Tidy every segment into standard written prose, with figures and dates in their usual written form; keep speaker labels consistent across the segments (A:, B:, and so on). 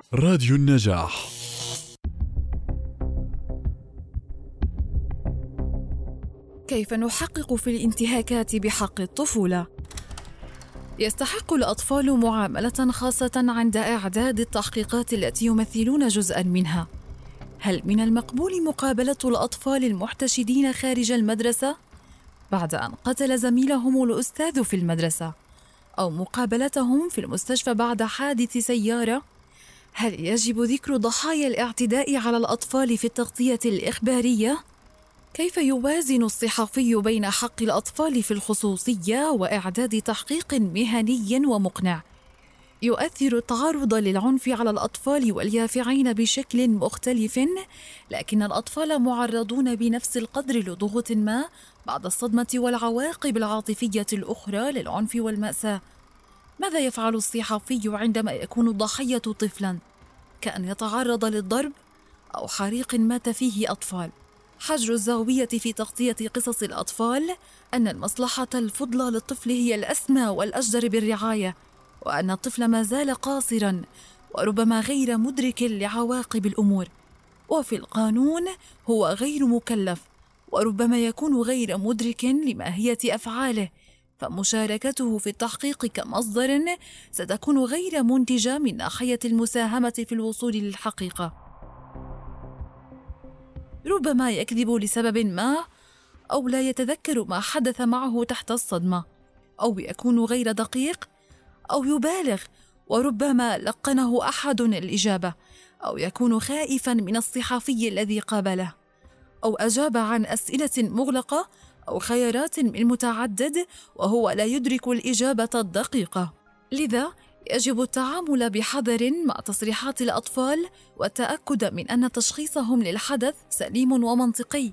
A: راديو النجاح.
B: كيف نحقق في الانتهاكات بحق الطفولة؟ يستحق الأطفال معاملة خاصة عند إعداد التحقيقات التي يمثلون جزءاً منها. هل من المقبول مقابلة الأطفال المحتشدين خارج المدرسة بعد أن قتل زميلهم الأستاذ في المدرسة، أو مقابلتهم في المستشفى بعد حادث سيارة؟ هل يجب ذكر ضحايا الاعتداء على الأطفال في التغطية الإخبارية؟ كيف يوازن الصحفي بين حق الأطفال في الخصوصية وإعداد تحقيق مهني ومقنع؟ يؤثر التعرض للعنف على الأطفال واليافعين بشكل مختلف، لكن الأطفال معرضون بنفس القدر لضغوط ما بعد الصدمة والعواقب العاطفية الأخرى للعنف والمأساة. ماذا يفعل الصحفي عندما يكون الضحية طفلاً، كأن يتعرض للضرب أو حريق مات فيه أطفال؟ حجر الزاوية في تغطية قصص الأطفال أن المصلحة الفضلى للطفل هي الأسمى والأجدر بالرعاية، وأن الطفل ما زال قاصراً وربما غير مدرك لعواقب الأمور، وفي القانون هو غير مكلف وربما يكون غير مدرك لماهية أفعاله، فمشاركته في التحقيق كمصدر ستكون غير منتجة من ناحية المساهمة في الوصول للحقيقة. ربما يكذب لسبب ما، أو لا يتذكر ما حدث معه تحت الصدمة، أو يكون غير دقيق، أو يبالغ وربما لقنه أحد الإجابة، أو يكون خائفاً من الصحفي الذي قابله، أو أجاب عن أسئلة مغلقة أو خيارات من متعدد وهو لا يدرك الإجابة الدقيقة. لذا يجب التعامل بحذر مع تصريحات الأطفال والتأكد من أن تشخيصهم للحدث سليم ومنطقي،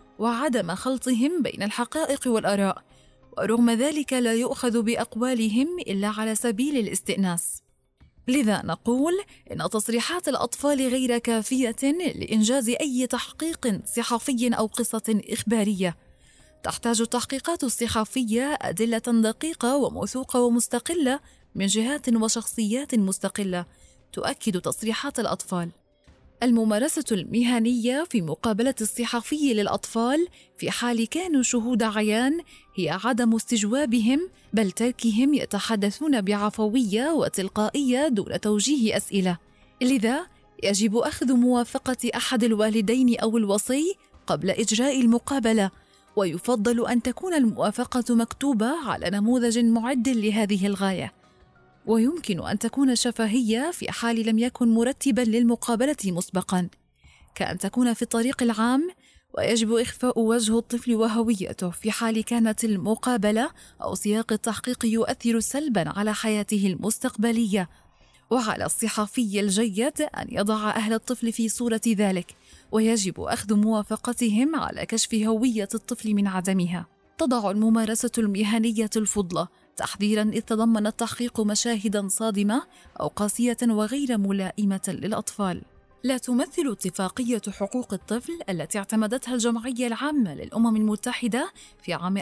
B: وعدم خلطهم بين الحقائق والآراء، ورغم ذلك لا يؤخذ بأقوالهم إلا على سبيل الاستئناس. لذا نقول إن تصريحات الأطفال غير كافية لإنجاز أي تحقيق صحفي أو قصة إخبارية. تحتاج التحقيقات الصحفية أدلة دقيقة وموثوقة ومستقلة من جهات وشخصيات مستقلة تؤكد تصريحات الأطفال. الممارسة المهنية في مقابلة الصحفي للأطفال في حال كانوا شهود عيان هي عدم استجوابهم، بل تركهم يتحدثون بعفوية وتلقائية دون توجيه أسئلة. لذا يجب أخذ موافقة أحد الوالدين أو الوصي قبل إجراء المقابلة، ويفضل أن تكون الموافقة مكتوبة على نموذج معد لهذه الغاية. ويمكن أن تكون شفهية في حال لم يكن مرتباً للمقابلة مسبقاً، كأن تكون في الطريق العام ويجب إخفاء وجه الطفل وهويته في حال كانت المقابلة أو سياق التحقيق يؤثر سلباً على حياته المستقبلية. وعلى الصحفي الجيد أن يضع أهل الطفل في صورة ذلك، ويجب أخذ موافقتهم على كشف هوية الطفل من عدمها. تضع الممارسة المهنية الفضلى تحذيراً إذ تضمن التحقيق مشاهداً صادمة أو قاسية وغير ملائمة للأطفال. لا تمثل اتفاقية حقوق الطفل التي اعتمدتها الجمعية العامة للأمم المتحدة في عام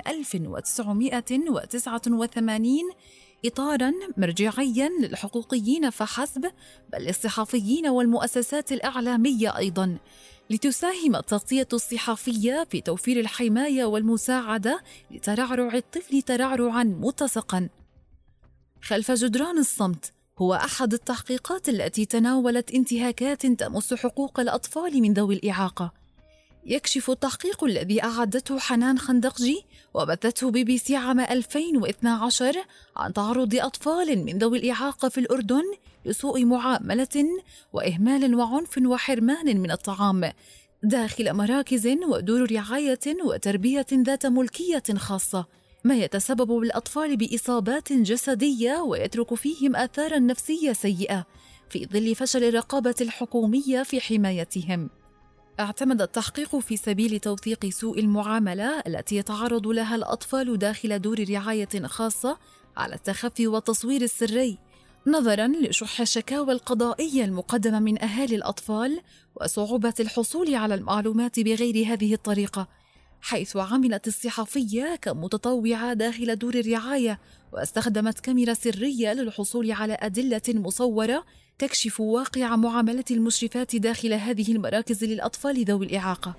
B: 1989 إطاراً مرجعياً للحقوقيين فحسب، بل للصحفيين والمؤسسات الإعلامية أيضاً، لتساهم التغطية الصحفية في توفير الحماية والمساعدة لترعرع الطفل ترعرعاً متسقاً. خلف جدران الصمت هو أحد التحقيقات التي تناولت انتهاكات تمس حقوق الأطفال من ذوي الإعاقة. يكشف التحقيق الذي أعدته حنان خندقجي وبثته BBC عام 2012 عن تعرض أطفال من ذوي الإعاقة في الأردن لسوء معاملة وإهمال وعنف وحرمان من الطعام داخل مراكز ودور رعاية وتربية ذات ملكية خاصة، ما يتسبب بالأطفال بإصابات جسدية ويترك فيهم آثاراً نفسية سيئة في ظل فشل الرقابة الحكومية في حمايتهم. اعتمد التحقيق في سبيل توثيق سوء المعاملة التي يتعرض لها الأطفال داخل دور رعاية خاصة على التخفي والتصوير السري، نظراً لشح الشكاوى القضائية المقدمة من أهالي الأطفال وصعوبة الحصول على المعلومات بغير هذه الطريقة، حيث عملت الصحفية كمتطوعة داخل دور الرعاية، واستخدمت كاميرا سرية للحصول على أدلة مصورة تكشف واقع معاملة المشرفات داخل هذه المراكز للأطفال ذوي الإعاقة.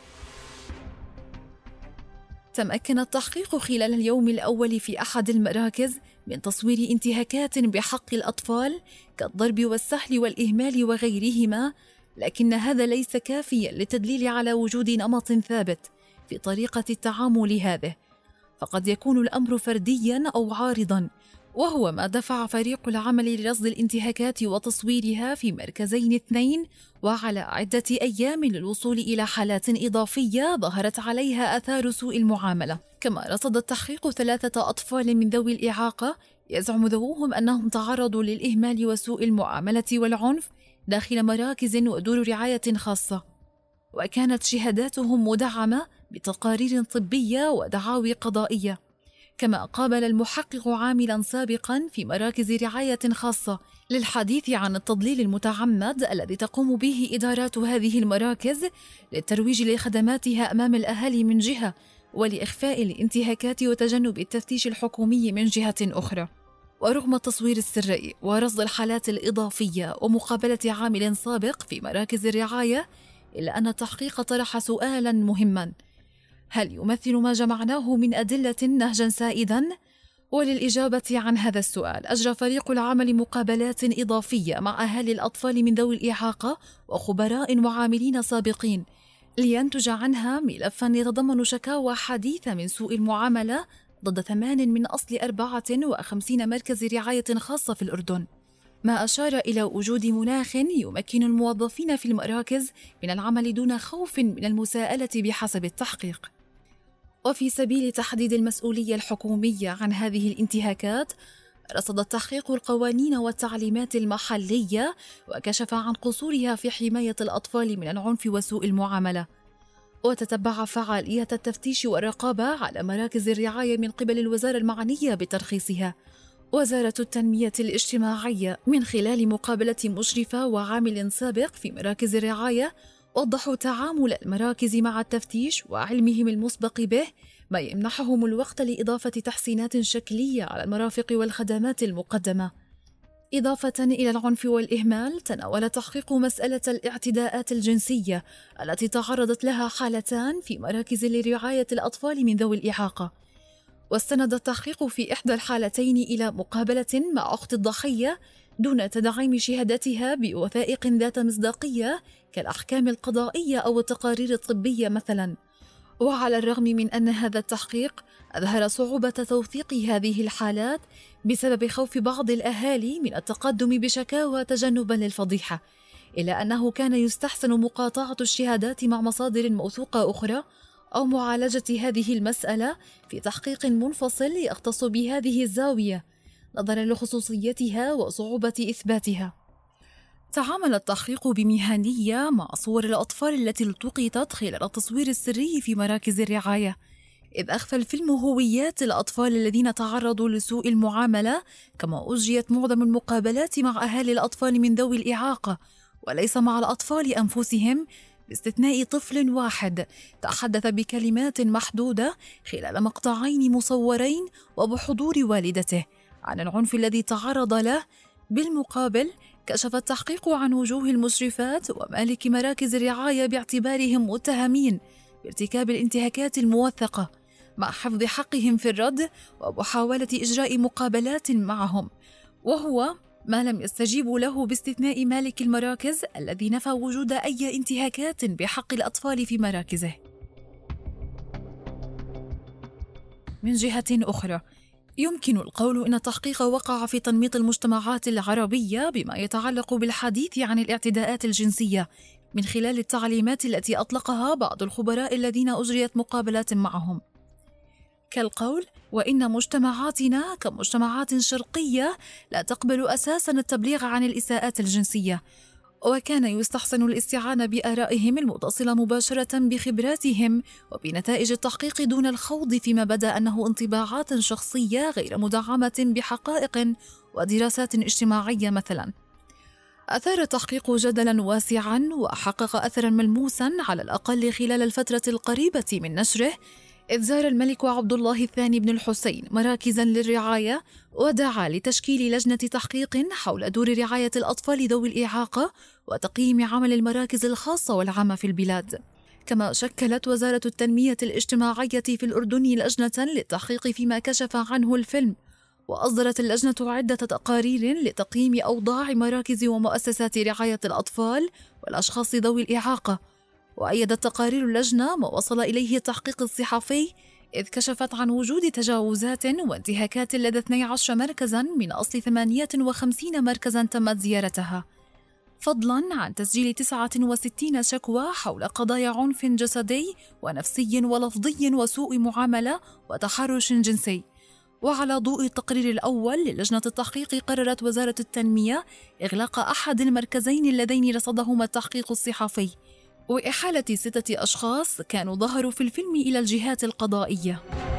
B: تمكن التحقيق خلال اليوم الأول في أحد المراكز من تصوير انتهاكات بحق الأطفال كالضرب والسحل والإهمال وغيرهما، لكن هذا ليس كافياً للتدليل على وجود نمط ثابت في طريقة التعامل هذه، فقد يكون الأمر فردياً أو عارضاً، وهو ما دفع فريق العمل لرصد الانتهاكات وتصويرها في مركزين اثنين وعلى عدة أيام للوصول إلى حالات إضافية ظهرت عليها آثار سوء المعاملة. كما رصد التحقيق 3 أطفال من ذوي الإعاقة يزعم ذووهم أنهم تعرضوا للإهمال وسوء المعاملة والعنف داخل مراكز ودور رعاية خاصة، وكانت شهاداتهم مدعمة بتقارير طبية ودعاوي قضائية. كما قابل المحقق عاملاً سابقاً في مراكز رعاية خاصة للحديث عن التضليل المتعمد الذي تقوم به إدارات هذه المراكز للترويج لخدماتها أمام الأهالي من جهة، ولإخفاء الانتهاكات وتجنب التفتيش الحكومي من جهة أخرى. ورغم التصوير السري ورصد الحالات الإضافية ومقابلة عامل سابق في مراكز الرعاية، إلا أن التحقيق طرح سؤالاً مهماً: هل يمثل ما جمعناه من أدلة نهجاً سائداً؟ وللإجابة عن هذا السؤال أجرى فريق العمل مقابلات إضافية مع أهالي الأطفال من ذوي الإعاقة وخبراء وعاملين سابقين لينتج عنها ملفاً يتضمن شكاوى حديثة من سوء المعاملة ضد 8 من أصل 54 مركز رعاية خاصة في الأردن، ما أشار إلى وجود مناخ يمكن الموظفين في المراكز من العمل دون خوف من المساءلة بحسب التحقيق. وفي سبيل تحديد المسؤولية الحكومية عن هذه الانتهاكات، رصد التحقيق القوانين والتعليمات المحلية وكشف عن قصورها في حماية الأطفال من العنف وسوء المعاملة، وتتبع فعالية التفتيش والرقابة على مراكز الرعاية من قبل الوزارة المعنية بترخيصها. وزارة التنمية الاجتماعية من خلال مقابلة مشرفة وعامل سابق في مراكز الرعاية وضحوا تعامل المراكز مع التفتيش وعلمهم المسبق به، ما يمنحهم الوقت لإضافة تحسينات شكلية على المرافق والخدمات المقدمة. إضافة إلى العنف والإهمال، تناول التحقيق مسألة الاعتداءات الجنسية التي تعرضت لها حالتان في مراكز لرعاية الأطفال من ذوي الإعاقة، واستند التحقيق في إحدى الحالتين إلى مقابلة مع أخت الضحية دون تدعيم شهادتها بوثائق ذات مصداقية كالأحكام القضائية أو التقارير الطبية مثلاً. وعلى الرغم من أن هذا التحقيق أظهر صعوبة توثيق هذه الحالات بسبب خوف بعض الأهالي من التقدم بشكاوى تجنباً للفضيحة، إلا أنه كان يستحسن مقاطعة الشهادات مع مصادر موثوقة أخرى أو معالجة هذه المسألة في تحقيق منفصل يختص بهذه الزاوية نظراً لخصوصيتها وصعوبة إثباتها. تعامل التحقيق بمهنية مع صور الأطفال التي التقطت خلال التصوير السري في مراكز الرعاية، إذ أخفى الفيلم هويات الأطفال الذين تعرضوا لسوء المعاملة، كما أجريت معظم المقابلات مع أهالي الأطفال من ذوي الإعاقة وليس مع الأطفال أنفسهم، باستثناء طفل واحد تحدث بكلمات محدودة خلال مقطعين مصورين وبحضور والدته عن العنف الذي تعرض له. بالمقابل، كشف التحقيق عن وجوه المشرفات ومالك مراكز الرعاية باعتبارهم متهمين بارتكاب الانتهاكات الموثقة، مع حفظ حقهم في الرد ومحاولة إجراء مقابلات معهم، وهو ما لم يستجيبوا له باستثناء مالك المراكز الذي نفى وجود أي انتهاكات بحق الأطفال في مراكزه. من جهة أخرى، يمكن القول إن التحقيق وقع في تنميط المجتمعات العربية بما يتعلق بالحديث عن الاعتداءات الجنسية من خلال التعليمات التي أطلقها بعض الخبراء الذين أجريت مقابلات معهم، كالقول: وإن مجتمعاتنا كمجتمعات شرقية لا تقبل أساساً التبليغ عن الإساءات الجنسية، وكان يستحسن الاستعانة بآرائهم المتصلة مباشرة بخبراتهم وبنتائج التحقيق دون الخوض فيما بدا أنه انطباعات شخصية غير مدعمة بحقائق ودراسات اجتماعية مثلا. أثار التحقيق جدلاً واسعاً وحقق أثراً ملموساً على الأقل خلال الفترة القريبة من نشره، إذ زار الملك عبد الله الثاني بن الحسين مراكزاً للرعاية ودعا لتشكيل لجنة تحقيق حول دور رعاية الأطفال ذوي الإعاقة وتقييم عمل المراكز الخاصة والعامة في البلاد. كما شكلت وزارة التنمية الاجتماعية في الأردن لجنة للتحقيق فيما كشف عنه الفيلم، وأصدرت اللجنة عدة تقارير لتقييم أوضاع مراكز ومؤسسات رعاية الأطفال والأشخاص ذوي الإعاقة. وأيدت تقارير اللجنة ما وصل إليه التحقيق الصحفي، إذ كشفت عن وجود تجاوزات وانتهاكات لدى 12 مركزاً من أصل 58 مركزاً تمت زيارتها، فضلاً عن تسجيل 69 شكوى حول قضايا عنف جسدي ونفسي ولفظي وسوء معاملة وتحرش جنسي. وعلى ضوء التقرير الأول للجنة التحقيق، قررت وزارة التنمية إغلاق أحد المركزين اللذين رصدهما التحقيق الصحفي، وإحالة 6 أشخاص كانوا ظهروا في الفيلم إلى الجهات القضائية.